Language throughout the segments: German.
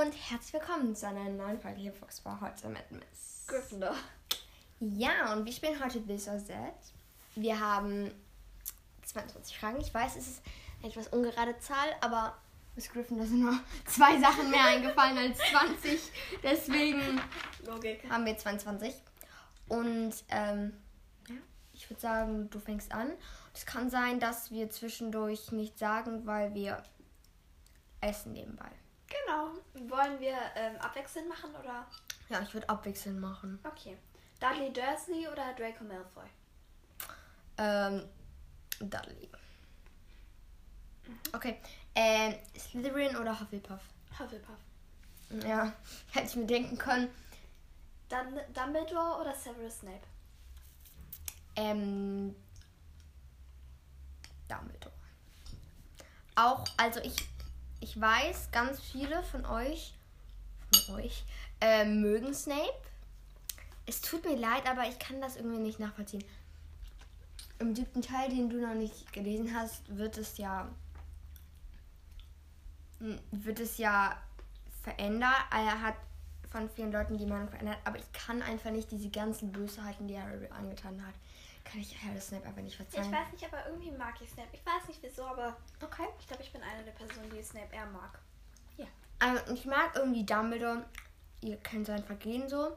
und herzlich willkommen zu einer neuen Folge hier Fox war heute mit Miss Gryffindor. Ja, und wir spielen heute This or That. Wir haben 22 Fragen. Ich weiß, es ist eine etwas ungerade Zahl, aber Miss Gryffindor sind nur 2 Sachen mehr eingefallen als 20. Deswegen Logik. haben wir 22. Und ich würde sagen, du fängst an. Es kann sein, dass wir zwischendurch nichts sagen, weil wir essen nebenbei. Genau. Wollen wir abwechselnd machen oder? Ja, ich würde abwechselnd machen. Okay. Dudley Dursley oder Draco Malfoy? Dudley. Okay. Slytherin oder Hufflepuff? Hufflepuff. Ja, hätte ich mir denken können. Dann Dumbledore oder Severus Snape? Dumbledore. Auch, also ich weiß, ganz viele von euch mögen Snape. Es tut mir leid, aber ich kann das irgendwie nicht nachvollziehen. Im 7. Teil, den du noch nicht gelesen hast, wird es ja verändert. Er hat von vielen Leuten die Meinung verändert, aber ich kann einfach nicht diese ganzen Bösheiten, die Harry angetan hat, kann ich Harry Snape einfach nicht verzeihen. Ich weiß nicht, aber irgendwie mag ich Snape. Ich weiß nicht wieso, aber Okay. ich glaube, ich bin eine der Personen, die Snape eher mag. Ja. Ich mag irgendwie Dumbledore. Ihr kennt sein Vergehen so.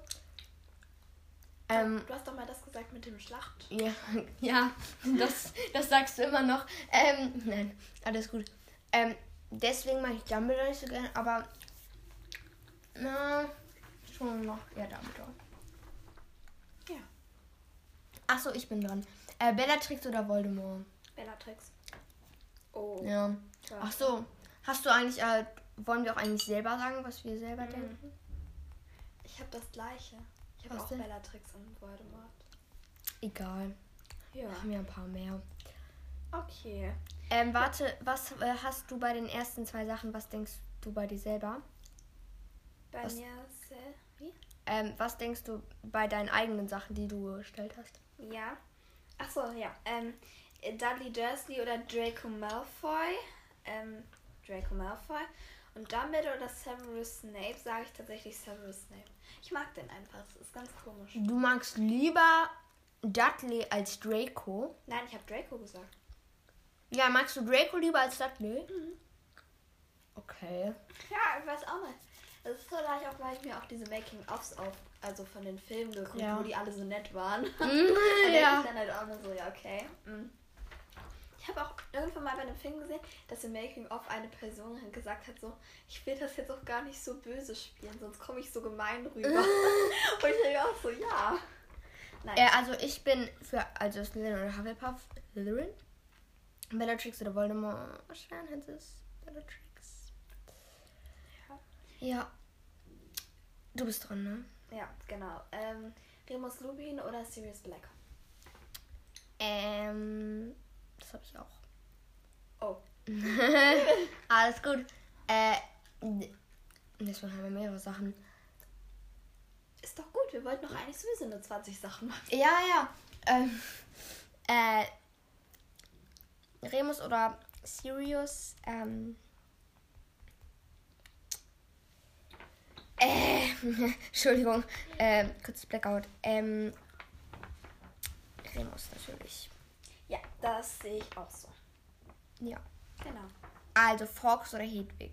Du hast doch mal das gesagt mit dem Schlacht. Ja, das sagst du immer noch. Nein, alles gut. Deswegen mag ich Dumbledore nicht so gerne, aber schon noch eher Dumbledore. Ja. Achso, ich bin dran. Bellatrix oder Voldemort? Bellatrix. Oh. Ja. Achso, hast du eigentlich, wollen wir auch eigentlich selber sagen, was wir selber denken? Ich habe das Gleiche. Ich habe Was auch denn? Bellatrix und Voldemort. Egal, Ja. wir haben ja ein paar mehr. Okay. Warte, was hast du bei den ersten 2 Sachen, was denkst du bei dir selber? Bei Was- mir wie? Was denkst du bei deinen eigenen Sachen, die du gestellt hast? Ja. Ach so, ja. Dudley Dursley oder Draco Malfoy. Draco Malfoy. Und Dumbledore oder Severus Snape, sage ich tatsächlich Severus Snape. Ich mag den einfach. Das ist ganz komisch. Du magst lieber Dudley als Draco? Nein, ich habe Draco gesagt. Ja, magst du Draco lieber als Dudley? Okay. Ja, ich weiß auch nicht. Das ist so leicht, auch weil ich mir auch diese Making-ofs also von den Filmen geguckt, Ja. wo die alle so nett waren. Und denke Ja. ich dann halt auch nur so, ja, okay. Ich habe auch irgendwann mal bei einem Film gesehen, dass im Making-of eine Person gesagt hat, so, ich will das jetzt auch gar nicht so böse spielen, sonst komme ich so gemein rüber. Und ich denke auch so, ja. Nein. Also ich bin für Slytherin oder Hufflepuff. Slytherin? Bellatrix oder Voldemort? Wahrscheinlich ist es Bellatrix. Ja. Du bist dran, ne? Ja, genau. Remus Lupin oder Sirius Black? Das habe ich auch. Oh. Alles gut. Deswegen haben wir mehrere Sachen. Ist doch gut, wir wollten doch eigentlich sowieso nur 20 Sachen machen. Ja. Remus oder Sirius? Entschuldigung. Kurzes Blackout. Remus natürlich. Ja, das sehe ich auch so. Ja. Genau. Also Fox oder Hedwig?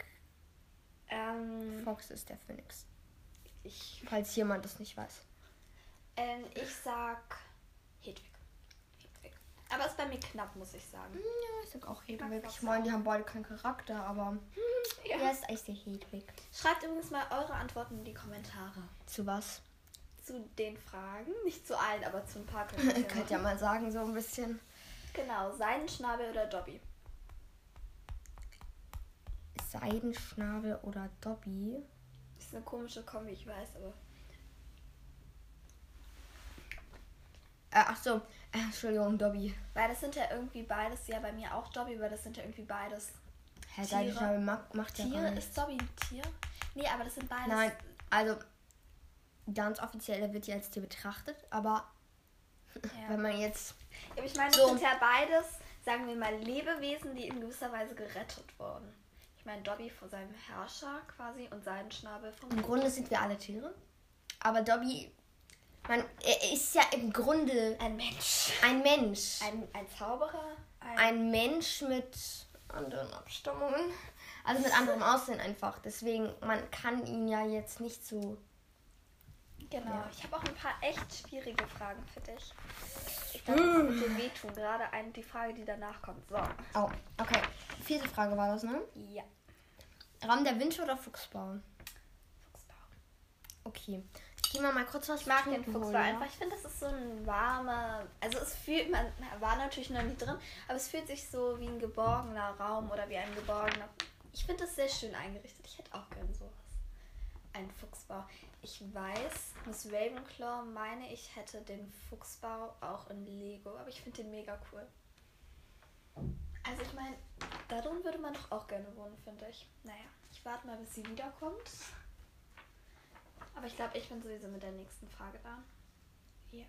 Ähm, Fox ist der Phönix. ich, Falls jemand das nicht weiß. ich sag Hedwig. Aber ist bei mir knapp, muss ich sagen. Ja, ich sag auch Hedwig. Fox Ich meine, die auch. haben beide keinen Charakter, aber Ja. ja, ist eigentlich der Hedwig. Schreibt übrigens mal eure Antworten in die Kommentare. Zu was? Zu den Fragen. Nicht zu allen, aber zu ein paar könnt ihr Könnt ihr mal sagen, so ein bisschen. Genau, Seidenschnabel oder Dobby? Seidenschnabel oder Dobby? Ist eine komische Kombi, ich weiß, aber... Entschuldigung, Dobby. Weil das sind ja irgendwie beides, ja bei mir auch Dobby, weil das sind ja irgendwie beides Hä, Tiere. Seidenschnabel macht ja gar Tiere. nichts. Ist Dobby ein Tier? Nee, aber das sind beides... Nein, also ganz offiziell wird die als Tier betrachtet, aber Ja. wenn man jetzt... Ja, aber ich meine, das So. sind ja beides, sagen wir mal, Lebewesen, die in gewisser Weise gerettet wurden. Ich Ich meine Dobby vor seinem Herrscher quasi und Seidenschnabel vom Im Grunde sind wir alle Tiere. Aber Dobby, er ist ja im Grunde ein Mensch. ein Mensch. Ein Zauberer. Ein Mensch mit anderen Abstammungen. Also mit anderem Aussehen einfach. Deswegen, man kann ihn ja jetzt nicht so... Genau. Ja. Ich habe auch ein paar echt schwierige Fragen für dich. Ich glaube, das wird dir wehtun. Gerade die Frage, die danach kommt. So. Oh, okay. 4. Frage war das, ne? Ja. Raum der Wünsche oder Fuchsbau? Fuchsbau. Okay. Ich gehe mal kurz was Ich mag zu den trinken Fuchsbau holen, einfach. Ich finde, das ist so ein warmer... Also es fühlt... Man war natürlich noch nie drin, aber es fühlt sich so wie ein geborgener Raum oder wie ein geborgener... Ich finde das sehr schön eingerichtet. Ich hätte auch gern sowas. Ein Fuchsbau. Ich weiß, Miss Ravenclaw meine, ich hätte den Fuchsbau auch in Lego, aber ich finde den mega cool. Also ich meine, darin würde man doch auch gerne wohnen, finde ich. Naja, ich warte mal, bis sie wiederkommt. Aber ich glaube, ich bin sowieso mit der nächsten Frage da. Hier.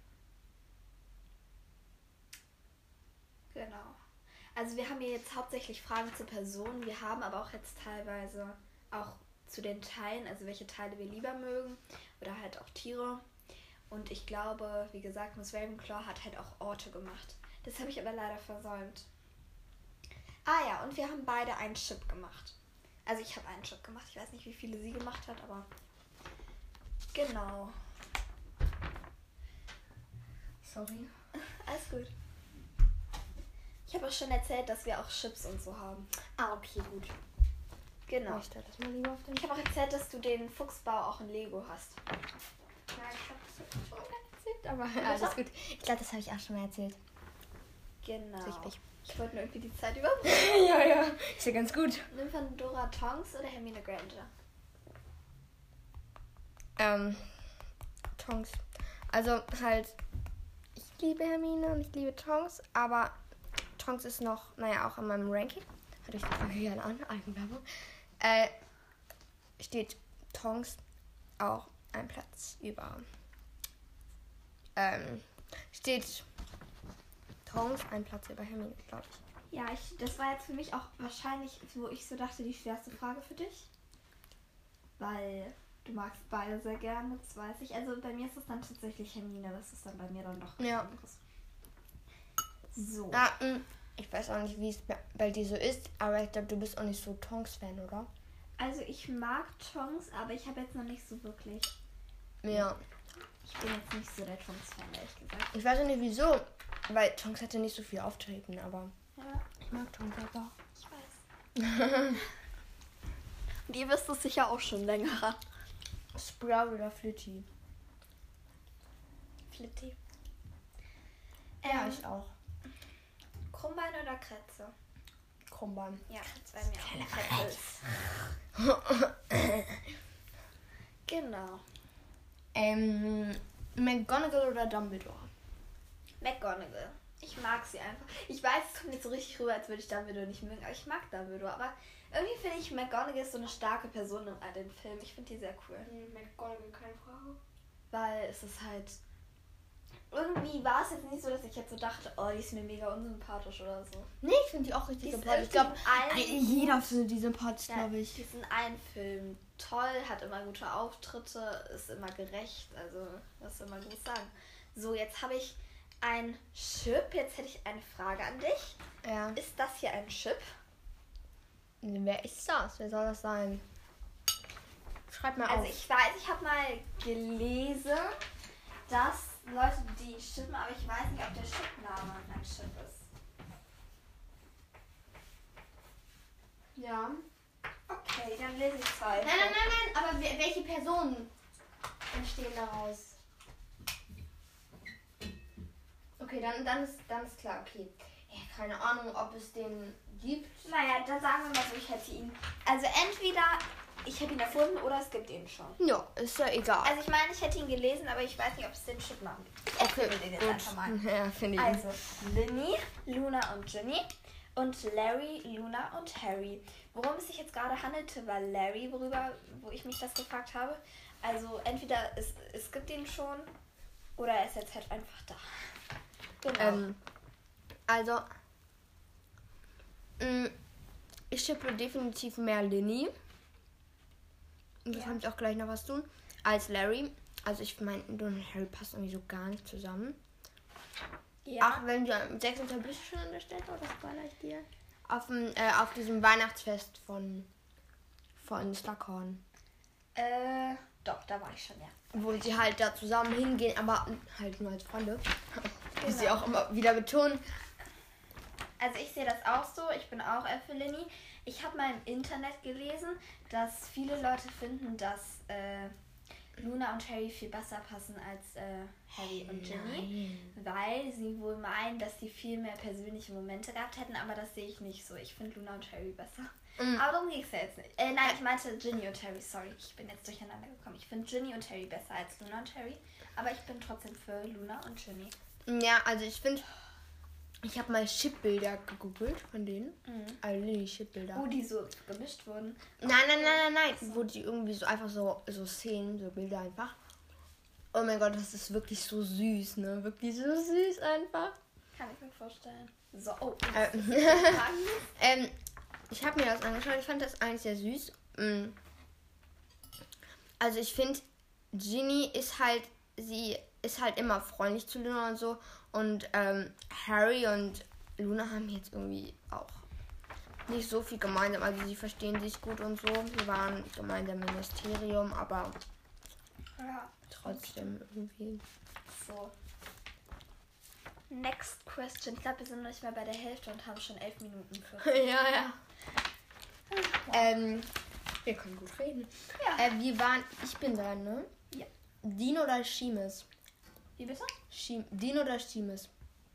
Genau. Also wir haben hier jetzt hauptsächlich Fragen zu Personen. Wir haben aber auch jetzt teilweise auch zu den Teilen, also welche Teile wir lieber mögen oder halt auch Tiere. Und ich glaube, wie gesagt, Miss Ravenclaw hat halt auch Orte gemacht. Das habe ich aber leider versäumt. Ah ja, und wir haben beide einen Chip gemacht. Also ich habe einen Chip gemacht. Ich weiß nicht, wie viele sie gemacht hat, aber genau. Sorry. Alles gut. Ich habe auch schon erzählt, dass wir auch Chips und so haben. Ah, okay, gut. Genau. Ich stelle das mal lieber auf den... Ich habe auch erzählt, dass du den Fuchsbau auch in Lego hast. Ja, ich habe das schon erzählt, aber alles gut. Ich glaube, das habe ich auch schon mal erzählt. Genau. Richtig. Ich wollte nur irgendwie die Zeit überbrücken. Ja. Ist ja ganz gut. Nimm von Dora Tonks oder Hermine Granger? Tonks. Also halt, ich liebe Hermine und ich liebe Tonks, aber Tonks ist noch, naja, auch in meinem Ranking. Hört euch die Frage gerne an, Eigenwerbung. Steht Tonks auch ein Platz über. Steht Tonks ein Platz über Hermine, glaube ich. Ja, das war jetzt für mich auch wahrscheinlich, wo ich so dachte, die schwerste Frage für dich. Weil du magst beide sehr gerne, das weiß ich. Also bei mir ist es dann tatsächlich Hermine, das ist dann bei mir dann doch was anderes. So. Ich weiß auch nicht, wie es bei dir so ist, aber ich glaube, du bist auch nicht so Tonks-Fan, oder? Also ich mag Tonks, aber ich habe jetzt noch nicht so wirklich... Ja. Ich bin jetzt nicht so der Tonks-Fan, ehrlich gesagt. Ich weiß auch nicht, wieso, weil Tonks hatte nicht so viel Auftreten, aber Ja, ich mag Tonks einfach. ich weiß. Und ihr wisst es sicher auch schon länger. Sprout oder Flitty? Flitty. Ja, ich auch. Krummbein oder Kretze? Krummbein. Ja, bei mir auch. Kretze. Genau. McGonagall oder Dumbledore? McGonagall. Ich mag sie einfach. Ich weiß, es kommt nicht so richtig rüber, als würde ich Dumbledore nicht mögen, aber ich mag Dumbledore. Aber irgendwie finde ich, McGonagall ist so eine starke Person in all den Filmen. Ich finde die sehr cool. McGonagall, keine Frage. Weil es ist halt... Irgendwie war es jetzt nicht so, dass ich jetzt so dachte, oh, die ist mir mega unsympathisch oder so. Nee, ich finde die auch richtig Die ist sympathisch. Ich glaube, irgendwie jeder findet die sympathisch, glaube ich. Die ist in allen Filmen toll, hat immer gute Auftritte, ist immer gerecht, also was soll man gut sagen. So, jetzt habe ich ein Chip, jetzt hätte ich eine Frage an dich. Ja. Ist das hier ein Chip? Wer ist das? Wer soll das sein? Schreib mal Also auf. ich weiß, ich habe mal gelesen, dass Leute die chippen, aber ich weiß nicht, ob der Chipname ein Chip ist. Ja. Okay, dann lese ich zwei. Nein, aber welche Personen entstehen daraus? Okay, dann ist klar, okay. Ja, keine Ahnung, ob es den gibt. Naja, dann sagen wir mal so, ich hätte ihn. Also entweder ich habe ihn erfunden oder es gibt ihn schon. Ja, ist ja egal. Also ich meine, ich hätte ihn gelesen, aber ich weiß nicht, ob es den Chipnamen gibt. Okay, Ich den jetzt einfach mal. Ja, finde ich. Also Linny, Luna und Ginny und Larry, Luna und Harry. Worum es sich jetzt gerade handelte, war Larry, wo ich mich das gefragt habe. Also entweder es gibt ihn schon oder er ist jetzt halt einfach da. Genau. Also, Ich schippe definitiv mehr Linny. Und das Ja. habe ich auch gleich noch was tun. Als Larry. Also ich meine, Luna und Harry passen irgendwie so gar nicht zusammen. Ja. Auch wenn du am 6. bist du schon an der Stelle, oder spoiler ich dir? Auf diesem Weihnachtsfest von Slughorn. Doch, da war ich schon, ja. Wo sie halt da zusammen hingehen, aber halt nur als Freunde. Wie sie Genau. auch immer wieder betonen. Also ich sehe das auch so. Ich bin auch für Linny. Ich habe mal im Internet gelesen, dass viele Leute finden, dass Luna und Harry viel besser passen als Harry und Ginny. Weil sie wohl meinen, dass die viel mehr persönliche Momente gehabt hätten. Aber das sehe ich nicht so. Ich finde Luna und Harry besser. Mhm. Aber darum ging es ja jetzt nicht. Nein, ich meinte Ginny und Harry. Sorry, ich bin jetzt durcheinander gekommen. Ich finde Ginny und Harry besser als Luna und Harry. Aber ich bin trotzdem für Luna und Ginny. Ja, also ich finde, ich habe mal Chipbilder gegoogelt von denen. Also Linny-Chipbilder. Oh, die so gemischt wurden. Nein. Wo die irgendwie so einfach so Szenen, so Bilder einfach. Oh mein Gott, das ist wirklich so süß, ne? Wirklich so süß einfach. Kann ich mir vorstellen. So, oh. Ich habe mir das angeschaut. Ich fand das eigentlich sehr süß. Also ich finde, Ginny ist halt, sie ist halt immer freundlich zu Luna und so. Und Harry und Luna haben jetzt irgendwie auch nicht so viel gemeinsam. Also sie verstehen sich gut und so. Sie waren gemeinsam im Ministerium, aber Ja, trotzdem irgendwie. so. Next question. Ich glaube, wir sind noch nicht mal bei der Hälfte und haben schon 11 Minuten für. Ja. Wir können gut reden. Ja. Ich bin dran, ne? Ja. Dean oder Seamus? Wie bitte? Dean oder Seamus?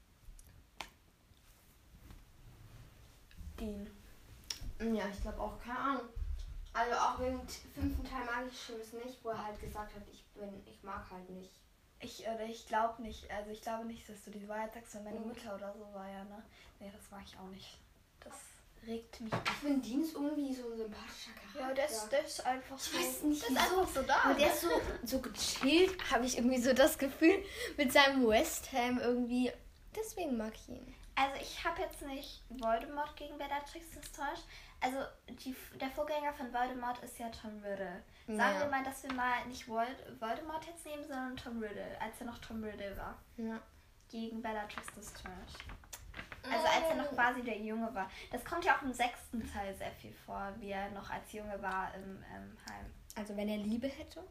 Dean. Ja, ich glaube auch, keine Ahnung. Also auch im 5. Teil mag ich Seamus nicht, wo er halt gesagt hat, ich mag halt nicht. Ich glaube nicht. Also ich glaube nicht, dass du die Wahrheit sagst, weil meine Mutter oder so war ja, ne? Nee, das mag ich auch nicht. Das regt mich. Ich finde, Dean ist irgendwie so ein sympathischer Charakter. Ja, der ist einfach so. Ich weiß nicht, der ist wieso. einfach so da. Aber der ist so gechillt, habe ich irgendwie so das Gefühl, mit seinem West Ham irgendwie. Deswegen mag ich ihn. Also ich habe jetzt nicht Voldemort gegen Bellatrix täuscht. Also der Vorgänger von Voldemort ist ja Tom Riddle. Sagen wir mal, dass wir mal nicht Voldemort jetzt nehmen, sondern Tom Riddle, als er noch Tom Riddle war. Ja. Gegen Bellatrix Lestrange. Also als er noch quasi der Junge war. Das kommt ja auch im 6. Teil sehr viel vor, wie er noch als Junge war im Heim. Also wenn er Liebe hätte,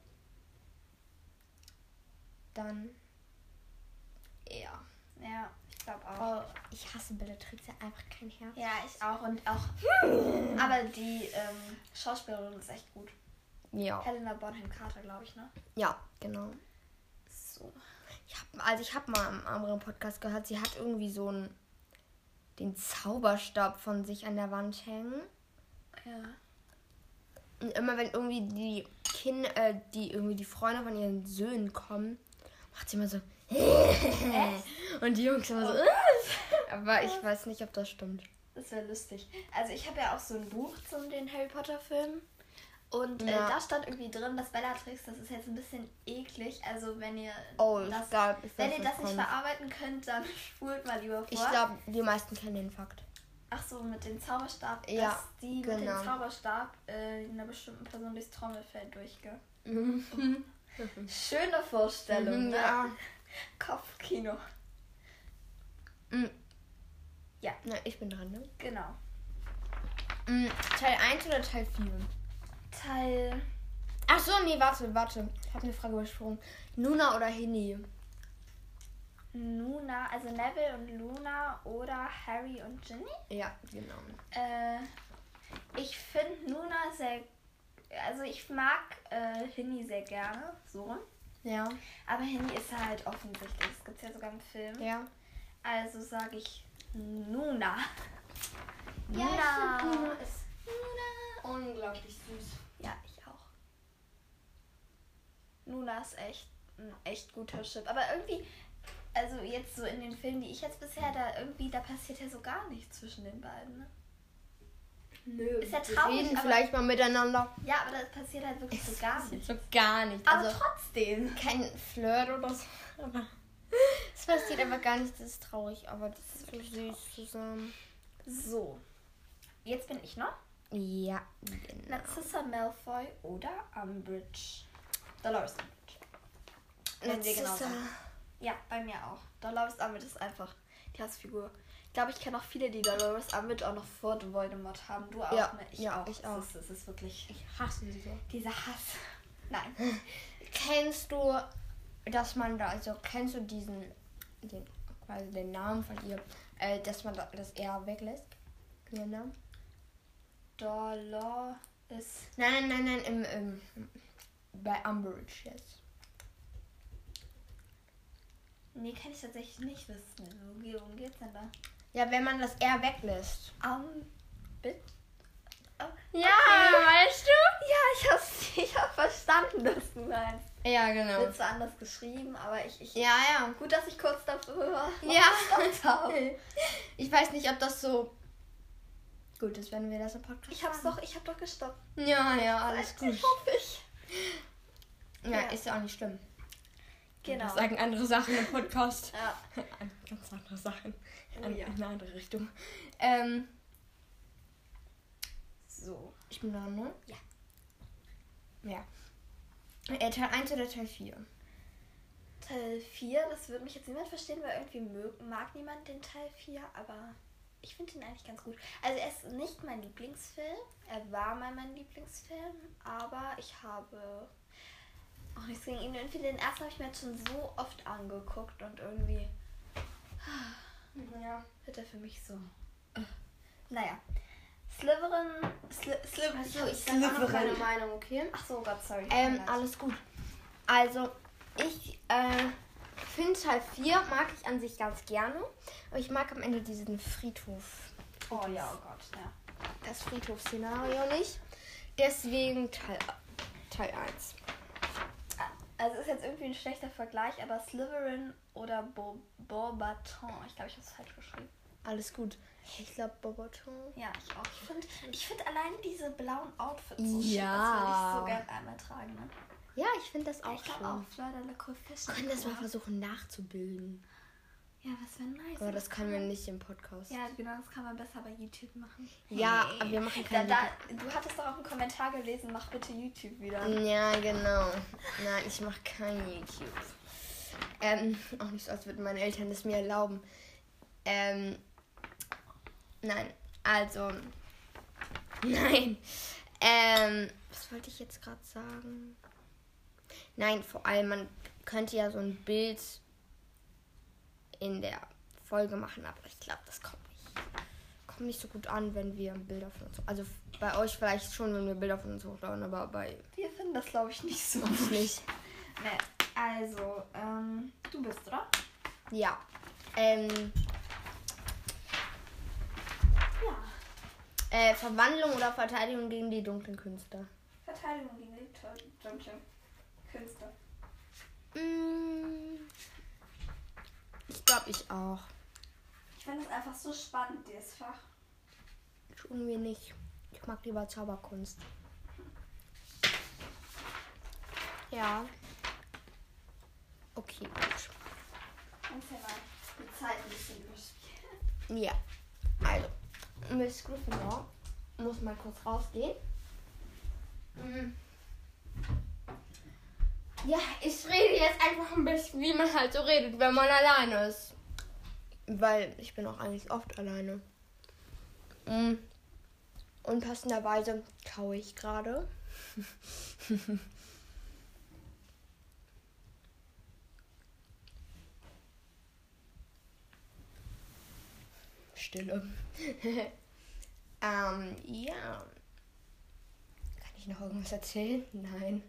dann er. Ja, ich glaube auch. Oh, ich hasse Bellatrix, er hat einfach kein Herz. Ja, ich auch und auch. Aber die Schauspielerin ist echt gut. Ja. Helena Bonham Carter, glaube ich, ne? Ja, genau. So. Ich habe mal im anderen Podcast gehört, sie hat irgendwie so den Zauberstab von sich an der Wand hängen. Ja. Und immer wenn irgendwie die Freunde von ihren Söhnen kommen, macht sie immer so. Und die Jungs immer so. Aber ich weiß nicht, ob das stimmt. Das wäre lustig. Also ich habe ja auch so ein Buch zu den Harry Potter Filmen. Und Ja. da stand irgendwie drin, dass Bellatrix, das ist jetzt ein bisschen eklig. Also wenn ihr Ich glaube, wenn ihr das nicht verarbeiten könnt, dann spult mal lieber vor. Ich glaube, die meisten kennen den Fakt. Ach so, mit dem Zauberstab, Ja, dass die genau. mit dem Zauberstab einer bestimmten Person durchs Trommelfell durchge. Schöne Vorstellung, ne? Ja. Kopfkino. Ja. Na, ich bin dran, ne? Genau. Teil 1 oder Teil 4? Teil. Ach so, nee, warte. Ich habe eine Frage übersprungen. Luna oder Hinny? Luna, also Neville und Luna oder Harry und Ginny? Ja, genau. Ich finde Luna sehr. Also ich mag Hinny sehr gerne, so rum. Ja. Aber Hinny ist halt offensichtlich. Das gibt es ja sogar im Film. Ja. Also sage ich Luna. Ja, Luna. ich find, Luna ist unglaublich süß. Ja, ich auch. Luna ist ein echt guter Chip. Aber irgendwie, also jetzt so in den Filmen, die ich jetzt bisher da passiert ja so gar nichts zwischen den beiden. Ne? Nö, Ist ja wir traurig, reden aber- vielleicht mal miteinander. Ja, aber das passiert halt wirklich so gar nicht. So gar nicht. Aber Also trotzdem. kein Flirt oder so. Aber es passiert einfach gar nicht. Das ist traurig, aber das ist so süß zusammen. So. Jetzt bin ich noch. Ja, genau. Narcissa Malfoy oder Umbridge? Dolores Umbridge. Wenn wir genau sagen. Ja, bei mir auch. Dolores Umbridge ist einfach die Hassfigur. Ich glaube, ich kenne auch viele, die Dolores Umbridge auch noch vor Voldemort haben. Du auch, Ja, ne? ich auch. Es ist wirklich... Ich hasse sie so. Dieser Hass. Nein. Kennst du, dass man da, also kennst du quasi den Namen von ihr, dass man das R weglässt? Ihren Namen? Dolores... Nein, bei Umbridge jetzt. Nee, kann ich tatsächlich nicht wissen. Worum geht's denn da? Ja, wenn man das R weglässt. Bitte? Ja, weißt du? Ja, ich hab verstanden, was du meinst. Ja, genau. Wird zwar anders geschrieben, aber ich Ja. gut, dass ich kurz darüber Ja. gestoppt habe. Ich weiß nicht, ob das so gut ist, wenn wir das im Podcast Ich hab doch gestoppt. Ja, alles gut. Ich hoffe ich. Ja, ist ja auch nicht schlimm. Genau. Wir sagen andere Sachen im Podcast. Ja. Ganz andere Sachen. Oh, In ja. eine andere Richtung. So. Ich bin dran, ne? Ja. Ja. Teil 1 oder Teil 4? Teil 4, das würde mich jetzt niemand verstehen, weil irgendwie mag niemand den Teil 4, aber ich finde ihn eigentlich ganz gut. Also er ist nicht mein Lieblingsfilm, er war mal mein Lieblingsfilm, aber ich habe auch nichts gegen ihn. Irgendwie den ersten habe ich mir jetzt schon so oft angeguckt und irgendwie Ja. wird er für mich so. Naja. Slytherin. Achso, ich sag auch noch meine Meinung, okay? Ach so, Gott, sorry. Alles gut. Also, ich finde Teil 4 mag ich an sich ganz gerne. Aber ich mag am Ende diesen Friedhof. Oh ja, oh Gott, ja. Das Friedhofsszenario nicht. Deswegen Teil 1. Also ist jetzt irgendwie ein schlechter Vergleich, aber Slytherin oder Beauxbaton. Ich glaube, ich habe es falsch geschrieben. Alles gut. Ich glaube Beauxbaton. Ja, ich auch. Ich find allein diese blauen Outfits so Ja. schick. Das würde ich so gerne einmal tragen. Ne? Ja, ich finde das auch Ich glaube schön. auch. Fleur de la Cour-Fisch. Wir können das mal versuchen nachzubilden. Ja, das wäre nice. Aber das können wir nicht im Podcast. Ja, genau, das kann man besser bei YouTube machen. Ja, aber wir machen keine Du hattest doch auch einen Kommentar gelesen, mach bitte YouTube wieder. Ja, genau. Nein, ich mache kein YouTube. Auch nicht so, als würden meine Eltern es mir erlauben. Nein, also. Nein. Was wollte ich jetzt gerade sagen? Nein, vor allem, man könnte ja so ein Bild in der Folge machen, aber ich glaube, das kommt nicht so gut an, wenn wir Bilder von uns. Also bei euch vielleicht schon, wenn wir Bilder von uns hochladen, aber bei Wir finden das, glaube ich, nicht so uns nicht. Nee, also, du bist, oder? Ja. Ja. Verwandlung oder Verteidigung gegen die dunklen Künste? Verteidigung gegen die dunklen Künste. Ich glaube, ich auch. Ich finde es einfach so spannend, dieses Fach. Tun wir nicht. Ich mag lieber Zauberkunst. Ja. Okay, gut. Kannst ja mal die Zeit ein bisschen überspielen. Ja. Also, Miss Gryffindor muss mal kurz rausgehen. Ja, ich rede jetzt einfach ein bisschen, wie man halt so redet, wenn man alleine ist. Weil ich bin auch eigentlich oft alleine. Und passenderweise kaue ich gerade. Stille. Ja. Kann ich noch irgendwas erzählen? Nein.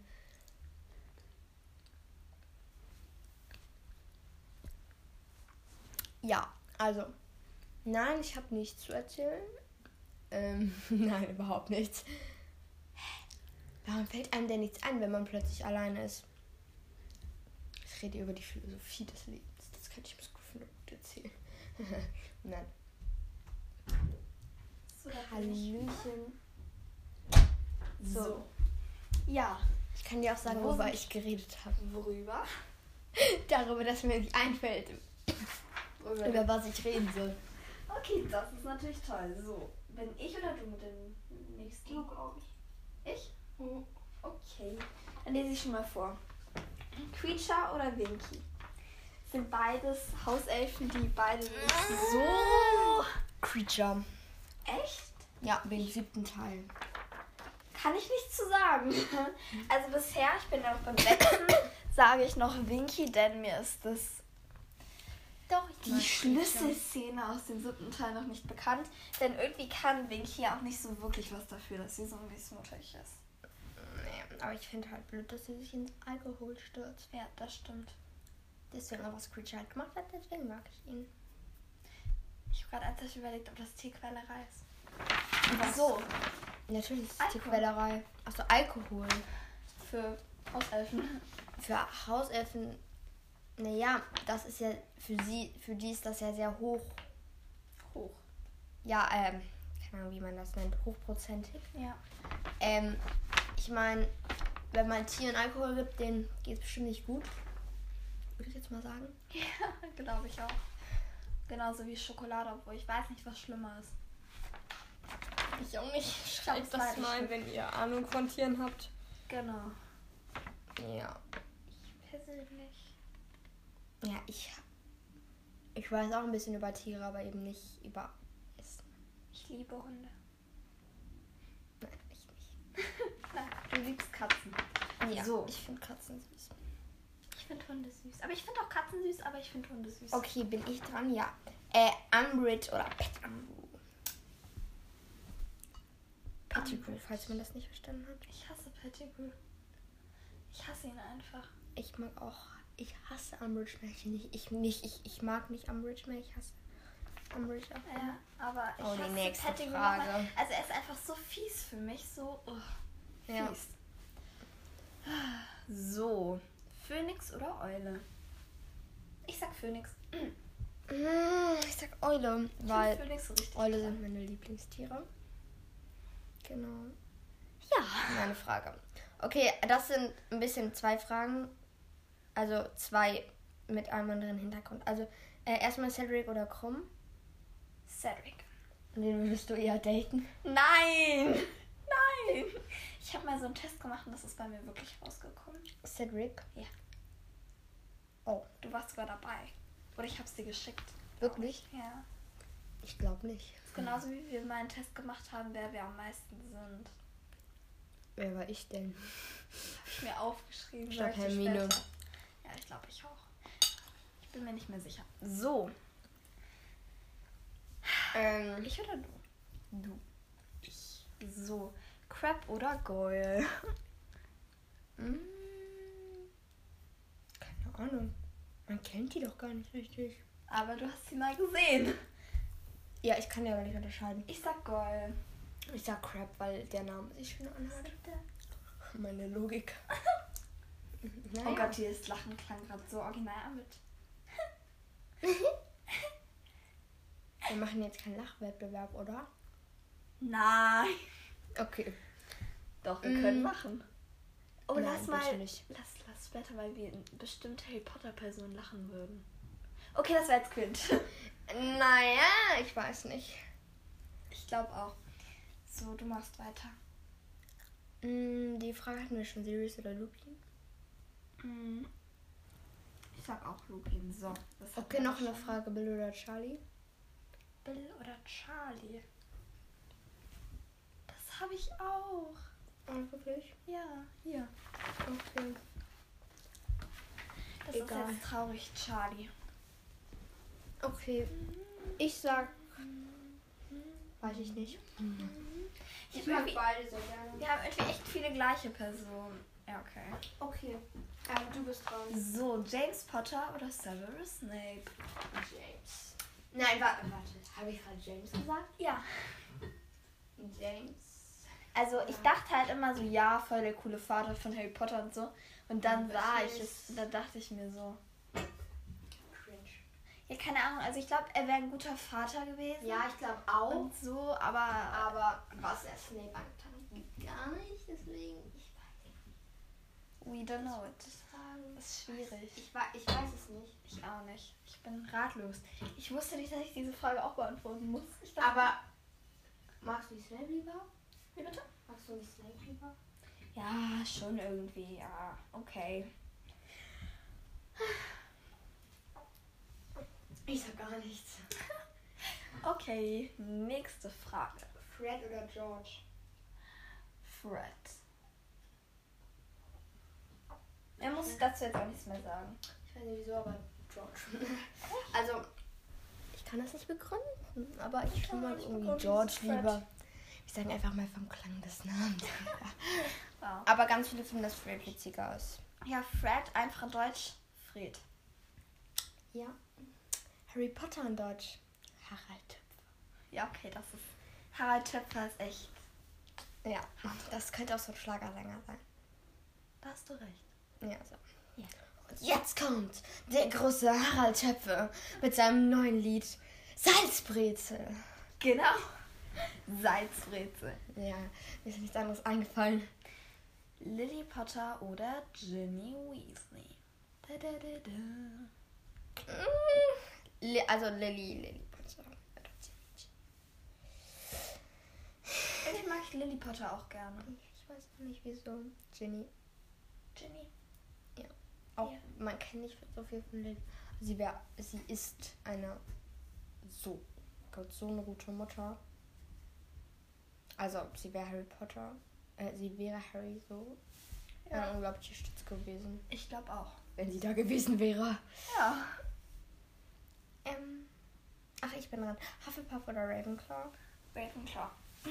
Ja, also. Nein, ich habe nichts zu erzählen. Nein, überhaupt nichts. Warum fällt einem denn nichts ein, wenn man plötzlich alleine ist? Ich rede über die Philosophie des Lebens. Das kann ich Miss Gryffindor gut erzählen. Nein. So, Hallöchen. So. Ja. Ich kann dir auch sagen, worüber ich geredet habe. Worüber? Darüber, dass mir nicht einfällt, über was ich reden soll. Okay, das ist natürlich toll. So, bin ich oder du mit dem nächsten? Du, glaube ich. Ich? Okay, dann lese ich schon mal vor. Creature oder Winky? Sind beides Hauselfen, die beide nicht so... Creature. Echt? Ja, wegen 7. Teil. Kann ich nichts zu sagen. Also bisher, ich bin ja noch beim 6., sage ich noch Winky, denn mir ist das Doch, die Schlüsselszene aus dem 7. Teil noch nicht bekannt. Denn irgendwie kann Winky auch nicht so wirklich was dafür, dass sie so missmutig ist. Nee, aber ich finde halt blöd, dass sie sich ins Alkohol stürzt. Ja, das stimmt. Deswegen auch, was Creature halt gemacht hat, deswegen mag ich ihn. Ich habe gerade ernsthaft überlegt, ob das Tierquälerei ist. Was? So, Natürlich ist es Alkohol. Tierquälerei. Achso, Alkohol. für Hauselfen. Für Hauselfen, naja, das ist ja für die ist das ja sehr hoch. Hoch. Ja, keine Ahnung, wie man das nennt, hochprozentig. Ja. Ich meine, wenn man Tieren Alkohol gibt, denen geht es bestimmt nicht gut. Würde ich jetzt mal sagen. Ja, glaube ich auch. Genauso wie Schokolade, obwohl ich weiß nicht, was schlimmer ist. Ich auch nicht. glaub, Schreibt es das war mal, schlimm. wenn ihr Ahnung von Tieren habt. Genau. Ja. Ich persönlich. Ja, ich weiß auch ein bisschen über Tiere, aber eben nicht über Essen. Ich liebe Hunde. Nein, ich nicht. Nein, du liebst Katzen. Ja, So. ich finde Katzen süß. Ich finde Hunde süß. Aber ich finde auch Katzen süß, aber ich finde Hunde süß. Okay, bin ich dran? Ja. Umbridge oder Pettigrew? Pettigrew, falls man das nicht verstanden hat. Ich hasse Pettigrew. Ich hasse ihn einfach. Ich mag auch. Ich hasse Umbridge Märchen nicht. Ich mag nicht Umbridge mehr. Ich hasse Umbridge auch. Ja, aber ich Oh, die hasse nächste Pettigrew Frage. nochmal. Also er ist einfach so fies für mich. So fies. Ja. So. Phönix oder Eule? Ich sag Phönix. Ich sag Eule, Ich weil find Phönix so richtig Eule toll. sind meine Lieblingstiere. Genau. Ja. Meine Frage. Okay, das sind ein bisschen 2 Fragen. Also 2 mit einem anderen Hintergrund. Also erstmal Cedric oder Krumm. Cedric. Den würdest du eher daten. Nein! Nein! Ich habe mal so einen Test gemacht und das ist bei mir wirklich rausgekommen. Cedric? Ja. Oh, Du warst sogar dabei. Oder ich habe es dir geschickt. wirklich? Ja. Ich glaube nicht. Das ist genauso wie wir mal einen Test gemacht haben, wer wir am meisten sind. Wer war ich denn? Habe ich mir aufgeschrieben. Ich glaub, sag dir Hermine. später. Ja, ich glaube ich auch. Ich bin mir nicht mehr sicher. So. Ich oder du? Du. Ich. So. Crab oder Goyle? Hm, keine Ahnung. Man kennt die doch gar nicht richtig. Aber du hast sie mal gesehen. Ja, ich kann ja aber nicht unterscheiden. Ich sag Goyle. Ich sag Crab, weil der Name sich schön anhört. Meine Logik. Naja. Oh Gott, dieses Lachen klang gerade so original mit. Wir machen jetzt keinen Lachwettbewerb, oder? Nein. Okay. Doch, wir können machen. Oh, Nein, lass mal. bitte nicht. Lass später, weil wir in bestimmte Harry Potter Personen lachen würden. Okay, das wäre jetzt cringe. Naja, ich weiß nicht. Ich glaube auch. So, du machst weiter. Die Frage hatten wir schon, Sirius oder Lupin? Ich sag auch Lupin. So. das hatten Okay, wir noch eine schon. Frage, Bill oder Charlie? Bill oder Charlie? Das habe ich auch. Oh, wirklich? Ja, hier. Okay. Das Egal. ist jetzt traurig, Charlie. Okay. Ich sag... Weiß ich nicht. Ich mag beide sehr gerne. Wir haben irgendwie echt viele gleiche Personen. Ja, okay. Okay. Du bist dran. So, James Potter oder Severus Snape? James. Nein, warte. Habe ich gerade James gesagt? Ja. James. Also ich dachte halt immer so, ja, voll der coole Vater von Harry Potter und so. Und dann Ja, sah das ich ist- es und dann dachte ich mir so. Cringe. Ja, keine Ahnung, also ich glaube, er wäre ein guter Vater gewesen. Ja, ich glaube auch. Und so, aber Aber was er Snape angetan hat, geht gar nicht. Deswegen, ich weiß nicht. We don't know it. Das ist schwierig. Ich weiß es nicht. Ich auch nicht. Ich bin ratlos. Ich wusste nicht, dass ich diese Frage auch beantworten muss. Ich dachte, Aber magst du die Snape lieber? wie bitte? Magst du die Snape lieber? Ja, schon irgendwie. Ja, okay. Ich sag gar nichts. Okay, nächste Frage. Fred oder George? Fred. Er muss dazu jetzt auch nichts mehr sagen. Ich weiß nicht wieso, aber George. Also, ich kann das nicht begründen, aber ich schon mal irgendwie George lieber. Ich sage einfach mal vom Klang des Namens. Wow. Aber ganz viele finden das Fred witziger aus. Ja, Fred, einfach in Deutsch. Fred. Ja. Harry Potter in Deutsch. Harald Töpfer. Ja, okay, das ist... Harald Töpfer ist echt... Ja, das könnte auch so ein Schlagersänger sein. Da hast du recht. Ja, so. Ja. Und jetzt kommt der große Harald Töpfer mit seinem neuen Lied Salzbrezel. Genau. Salzbrezel. Ja, mir ist nichts anderes eingefallen. Lily Potter oder Ginny Weasley. Da, da, da, da. Also Lily Potter. Irgendwie mag ich Lily Potter auch gerne. Ich weiß auch nicht wieso. Ginny. Ginny. Auch Ja. man kennt nicht so viel von Lily. Sie ist eine so eine gute Mutter. Also sie wäre Harry Potter. Sie wäre Harry so eine unglaubliche Stütze gewesen, Ich glaube auch. wenn sie da gewesen wäre. Ja. Ach, ich bin dran. Hufflepuff oder Ravenclaw? Ravenclaw.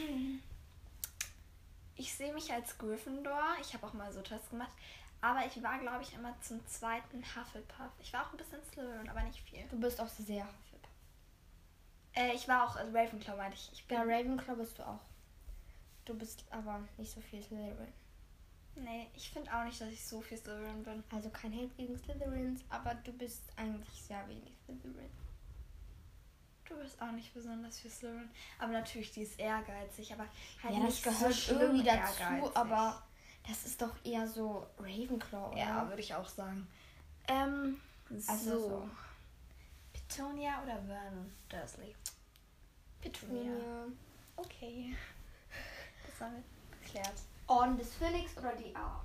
Ich sehe mich als Gryffindor. Ich habe auch mal so Tests gemacht. Aber ich war, glaube ich, immer zum zweiten Hufflepuff. Ich war auch ein bisschen Slytherin, aber nicht viel. Du bist auch sehr Hufflepuff. Ich war auch Ravenclaw, meinte ich. Ich bin Ja, Ravenclaw bist du auch. Du bist aber nicht so viel Slytherin. Nee, ich finde auch nicht, dass ich so viel Slytherin bin. Also kein Hate gegen Slytherins, aber du bist eigentlich sehr wenig Slytherin. Du bist auch nicht besonders viel Slytherin. Aber natürlich, die ist ehrgeizig. Aber halt Ja, nicht das gehört so schlimm irgendwie dazu, ehrgeizig. aber das ist doch eher so Ravenclaw, oder? Ja, würde ich auch sagen. Also so. Petunia oder Vernon Dursley? Petunia. Okay. Das haben wir geklärt. Orden des Phönix oder die A?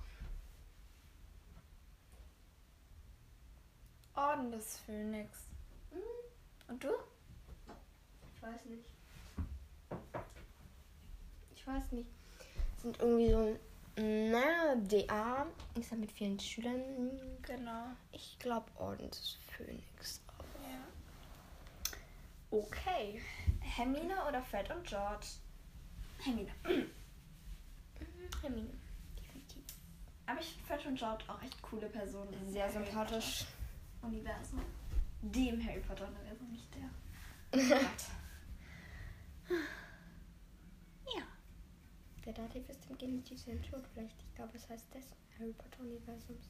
Orden des Phönix. Und du? Ich weiß nicht. Sind irgendwie so DA ist ja mit vielen Schülern. Genau. Ich glaube Orden des Phönix. Ja. Okay. Hermine oder Fred und George? Hermine. Hermine. Definitiv. Aber ich finde Fred und George auch echt coole Personen. im Sehr Harry sympathisch. Potter Universum. Dem Harry Potter Universum, nicht der. Ja. Der Dativ ist im Genitiv sein Tod vielleicht. Ich glaube, es heißt des Harry Potter Universums.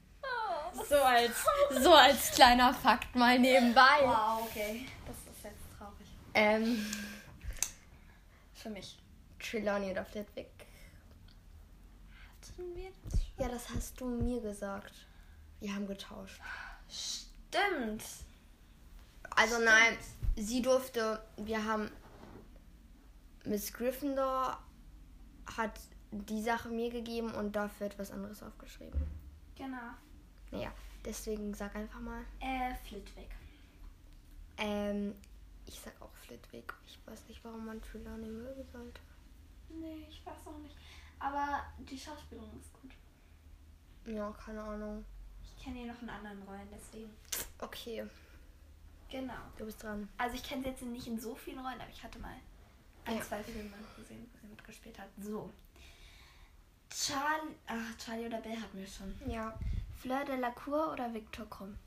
Oh, So als kleiner Fakt mal nebenbei. wow, okay. Das ist jetzt traurig. Für mich. Trelawney oder Flitwick? Hatten wir das schon? Ja, das hast du mir gesagt. Wir haben getauscht. Stimmt. Also nein, sie durfte, wir haben, Miss Gryffindor hat die Sache mir gegeben und dafür etwas anderes aufgeschrieben. Genau. Naja, deswegen sag einfach mal. Flitwick. Ich sag auch Flitwick. Ich weiß nicht, warum man Trelawney mögen sollte. Nee, ich weiß auch nicht. Aber die Schauspielerin ist gut. Ja, keine Ahnung. Ich kenne ihn noch in anderen Rollen, deswegen. Okay, Genau. du bist dran. Also ich kenne sie jetzt nicht in so vielen Rollen, aber ich hatte mal Ja. 2 Filme gesehen, wo sie mitgespielt hat. So. Charlie oder Bill hatten wir schon. Ja. Fleur de la Cour oder Victor Krumm?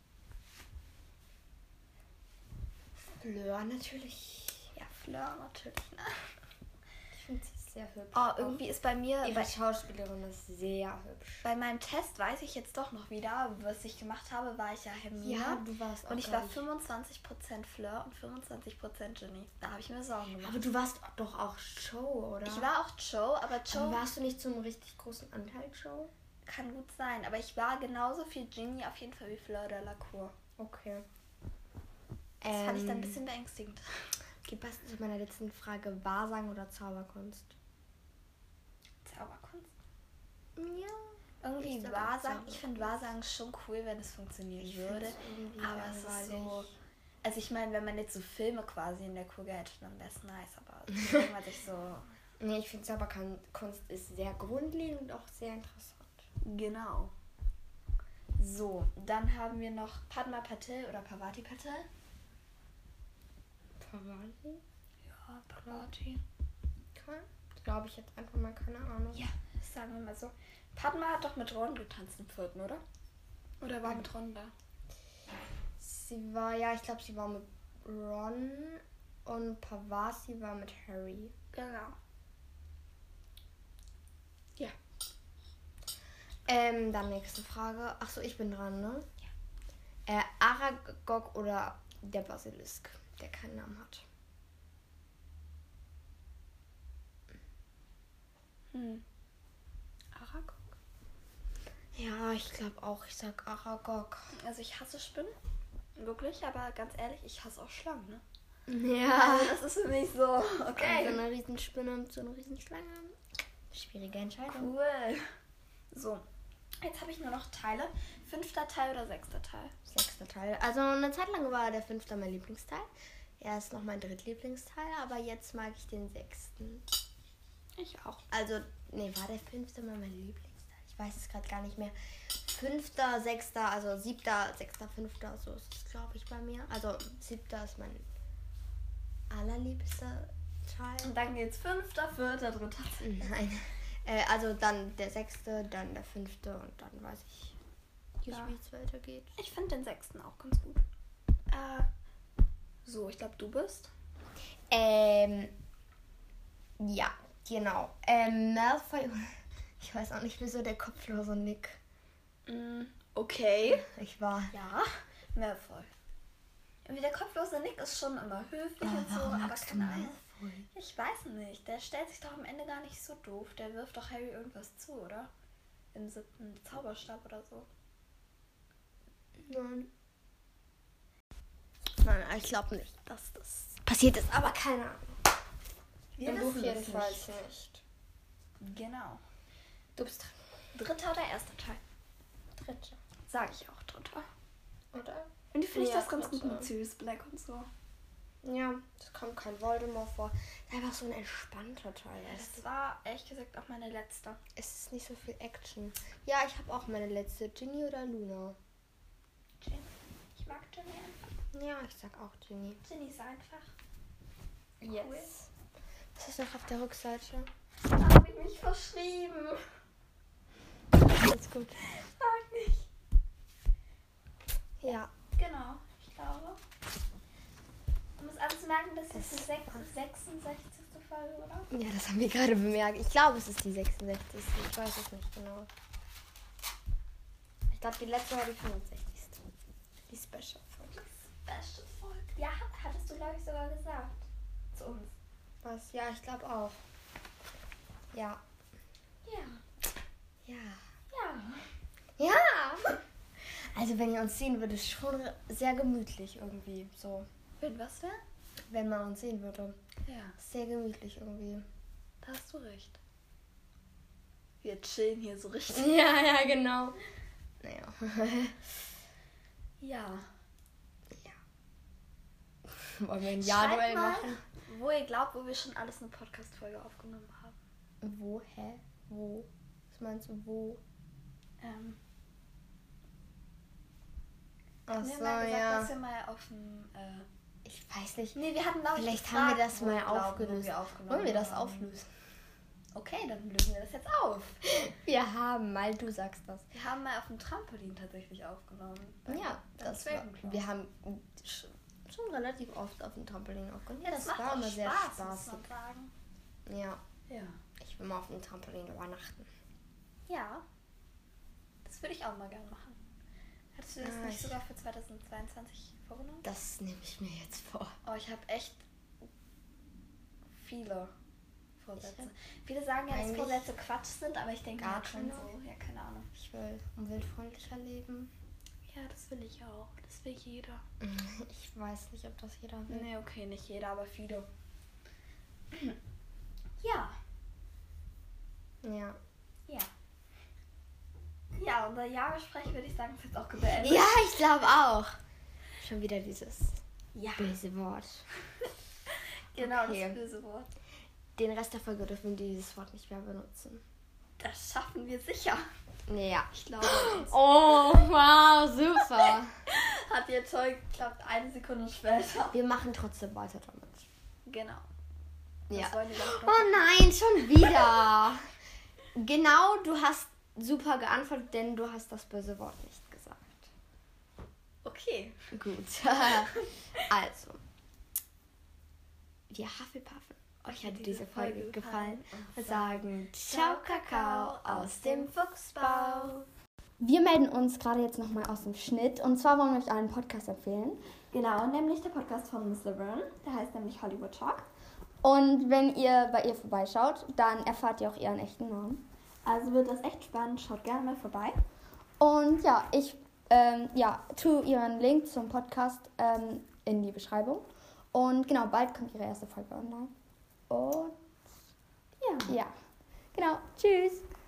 Fleur natürlich. Ja, Fleur natürlich. Ne? Ich finde sie sehr hübsch. Oh, irgendwie ist bei mir... Ihre Schauspielerin ist sehr hübsch. Bei meinem Test weiß ich jetzt doch noch wieder, was ich gemacht habe, war ich ja Hermine. Ja, du warst auch. Und ich war glaub 25% Fleur und 25% Ginny. Da habe ich mir Sorgen gemacht. Aber du warst doch auch Show, oder? Ich war auch Joe, aber Joe... Aber warst du nicht zum richtig großen Anteil Show? Kann gut sein, aber ich war genauso viel Genie auf jeden Fall wie Fleur de la Cour. Okay. Das fand ich dann ein bisschen beängstigend. Okay, passend zu meiner letzten Frage. Wahrsagen oder Zauberkunst? Zauberkunst? Ja. Irgendwie Ich sag auch Wahrsagen. Zauberkunst. Ich finde Wahrsagen schon cool, wenn es funktionieren würde. find's irgendwie Aber es ist so... langweilig. Also ich meine, wenn man jetzt so Filme quasi in der Kugel hätte, dann wäre es nice. Aber irgendwann sich so... Nee, ich finde Zauberkunst ist sehr grundlegend und auch sehr interessant. Genau. So, dann haben wir noch Padma Patil oder Parvati Patil. Parvati? Ja, Parvati. Glaube ich jetzt einfach mal, keine Ahnung. Ja, sagen wir mal so. Padma hat doch mit Ron getanzt im 4., oder? Oder war mit Ron da? Sie war, ja, ich glaube, sie war mit Ron und Parvati war mit Harry. Genau. Ja. Dann nächste Frage. Achso, ich bin dran, ne? Ja. Aragog oder der Basilisk, der keinen Namen hat. Aragog? Ja, ich glaube auch. Ich sag Aragog. Also ich hasse Spinnen. Wirklich, aber ganz ehrlich, ich hasse auch Schlangen, ne? Ja. Also das ist für mich so, okay. So eine Riesenspinne und so eine Riesenschlange. Schwierige Entscheidung. Cool. So, jetzt habe ich nur noch Teile. 5. Teil oder 6. Teil? 6. Teil. Also eine Zeit lang war der 5. mein Lieblingsteil. Er ist noch mein drittlieblingsteil, aber jetzt mag ich den 6. Ich auch. Also, nee, war der 5. mal mein Lieblingsteil? Ich weiß es gerade gar nicht mehr. 5., 6., also 7., 6., 5., so ist es, glaube ich, bei mir. Also 7. ist mein allerliebster Teil. Und dann geht's 5., 4., 3. Nein. Also dann der 6., dann der 5. und dann weiß ich nicht, Ja. wie es weitergeht. Ich finde den 6. auch ganz gut. So, ich glaube, du bist. Ja, genau. Malfoy, ich weiß auch nicht, wieso der kopflose Nick. Okay. Ich war. Ja, Malfoy. Irgendwie der kopflose Nick ist schon immer höflich und so, aber keine Ahnung. Ich weiß nicht, der stellt sich doch am Ende gar nicht so doof. Der wirft doch Harry irgendwas zu, oder? Im 7. Zauberstab oder so. Nein, ich glaube nicht, dass das passiert ist, aber keine Ahnung. Wir Im wissen Buch es jedenfalls nicht. Genau. Du bist 3. oder 1. Teil? 3. Sag ich auch 3. Oder? Und die finde ich Ja, das ganz gut 3.. mit Sirius Black und so. Ja, es kommt kein Voldemort vor. Es ist einfach so ein entspannter Teil. Ja, das war ehrlich gesagt auch meine letzte. Es ist nicht so viel Action. Ja, ich habe auch meine letzte. Ginny oder Luna? Ginny. Ich mag Ginny einfach. Ja, ich sag auch Ginny. Ginny ist einfach. Yes. Was ist noch auf der Rückseite? Da habe ich mich verschrieben. Alles gut. Sag nicht. Ja. Genau, ich glaube. Man muss anzumerken, dass das die 66. Folge, oder? Ja, das haben wir gerade bemerkt. Ich glaube, es ist die 66. Ich weiß es nicht genau. Ich glaube, die letzte war die 65. Die Special-Folge. Special Folge. Ja, hattest du, glaube ich, sogar gesagt. Zu uns. Was? Ja, ich glaube auch. Ja. Ja. Ja. Ja. Ja! Also, wenn ihr uns sehen würdet, ist schon sehr gemütlich irgendwie. So, Wenn was wäre? wenn man uns sehen würde. Ja, Sehr gemütlich irgendwie. da hast du recht. Wir chillen hier so richtig. Ja, ja, genau. Naja. Ja. Wollen wir ein Schreibt Ja-Duell mal, machen? wo ihr glaubt, wo wir schon alles eine Podcast-Folge aufgenommen haben. Wo? Hä? Wo? Was meinst du, wo? Ach Wir so, haben ja gesagt, ja. dass wir mal auf dem... Ich weiß nicht. Nee, wir hatten, glaube ich, Vielleicht gefragt, haben wir das wo mal wir glauben, wo aufgelöst. wir aufgenommen Wollen wir das haben. auflösen? Okay, dann lösen wir das jetzt auf. Wir haben mal, du sagst das. Wir haben mal auf dem Trampolin tatsächlich aufgenommen. Ja, beim das war, Ravenclaw. wir haben schon relativ oft auf dem Trampolin aufgenommen. Ja, das macht war auch immer sehr Spaß, muss spaßig. man sagen. Ja, Ja. ich will mal auf dem Trampolin übernachten. Ja. Das würde ich auch mal gerne machen. Hattest du das Ah, nicht ich- sogar für 2022 vorgenommen? Das nehme ich mir jetzt vor. Oh, ich habe echt viele Vorsätze. Viele sagen ja, dass eigentlich Vorsätze Quatsch sind, aber ich denke gar halt schon keine. so. Ja, keine Ahnung. Ich will umweltfreundlicher leben. Ja, das will ich auch. Das will jeder. Ich weiß nicht, ob das jeder will. Nee, okay, nicht jeder, aber viele. Ja. Ja. Ja. Ja, unser Jahrgespräch würde ich sagen, ist jetzt auch beendet. Ja, ich glaube auch. Schon wieder dieses Ja. böse Wort. Genau, Okay. das böse Wort. Den Rest der Folge dürfen wir dieses Wort nicht mehr benutzen. Das schaffen wir sicher. Ja. Ich glaube uns. Oh, wow, super. Hat jetzt toll geklappt, 1 Sekunde später. Wir machen trotzdem weiter damit. Genau. Ja. Das wollen wir doch noch. Oh nein, schon wieder. Genau, du hast super geantwortet, denn du hast das böse Wort nicht gesagt. Okay. Gut. Also, wir Hufflepuffen. Euch hat diese Folge gefallen. Wir sagen Ciao Kakao aus dem Fuchsbau. Wir melden uns gerade jetzt nochmal aus dem Schnitt. Und zwar wollen wir euch einen Podcast empfehlen. Genau, nämlich der Podcast von Miss Laverne. Der heißt nämlich Hollywood Talk. Und wenn ihr bei ihr vorbeischaut, dann erfahrt ihr auch ihren echten Namen. Also wird das echt spannend. Schaut gerne mal vorbei. Und ja, ich tue ihren Link zum Podcast in die Beschreibung. Und genau, bald kommt ihre erste Folge online. Und ja, genau. Tschüss.